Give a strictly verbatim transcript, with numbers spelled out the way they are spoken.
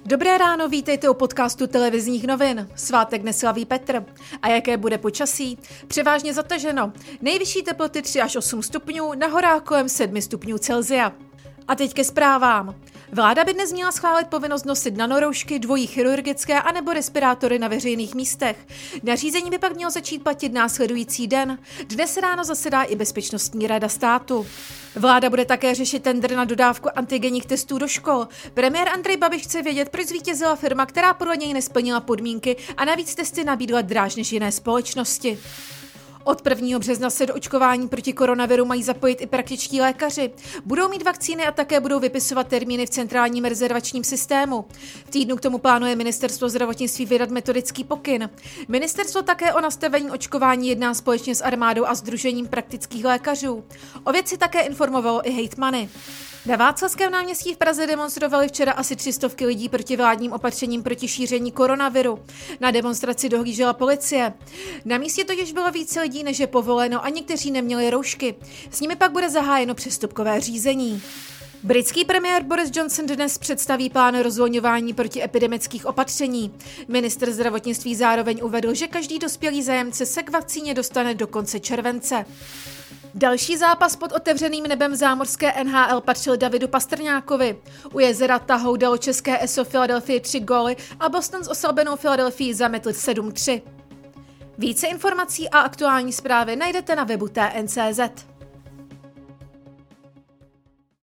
Dobré ráno, vítejte u podcastu televizních novin. Svátek neslaví Petr. A jaké bude počasí? Převážně zataženo. Nejvyšší teploty tři až osm stupňů, na horách kolem sedm stupňů Celsia. A teď ke zprávám. Vláda by dnes měla schválit povinnost nosit nanoroušky, dvojí chirurgické anebo respirátory na veřejných místech. Nařízení by pak mělo začít platit následující den. Dnes ráno zasedá i Bezpečnostní rada státu. Vláda bude také řešit tendr na dodávku antigenních testů do škol. Premiér Andrej Babiš chce vědět, proč zvítězila firma, která podle něj nesplnila podmínky a navíc testy nabídla dráž než jiné společnosti. Od prvního března se do očkování proti koronaviru mají zapojit i praktičtí lékaři. Budou mít vakcíny a také budou vypisovat termíny v centrálním rezervačním systému. V týdnu k tomu plánuje Ministerstvo zdravotnictví vydat metodický pokyn. Ministerstvo také o nastavení očkování jedná společně s armádou a sdružením praktických lékařů. O věci také informovalo i hejtmany. Na Václavském náměstí v Praze demonstrovali včera asi tři stovky lidí proti vládním opatřením proti šíření koronaviru. Na demonstraci dohlížela policie. Na místě totiž bylo více lidí, než je povoleno, a někteří neměli roušky. S nimi pak bude zahájeno přestupkové řízení. Britský premiér Boris Johnson dnes představí plán rozvolňování protiepidemických opatření. Ministr zdravotnictví zároveň uvedl, že každý dospělý zájemce se k vakcíně dostane do konce července. Další zápas pod otevřeným nebem zámořské N H L patřil Davidu Pastrňákovi. U jezera Tahoe dalo české ESO Philadelphia tři góly a Boston s oslabenou Philadelphii zametl sedm tři. Více informací a aktuální zprávy najdete na webu T N C Z.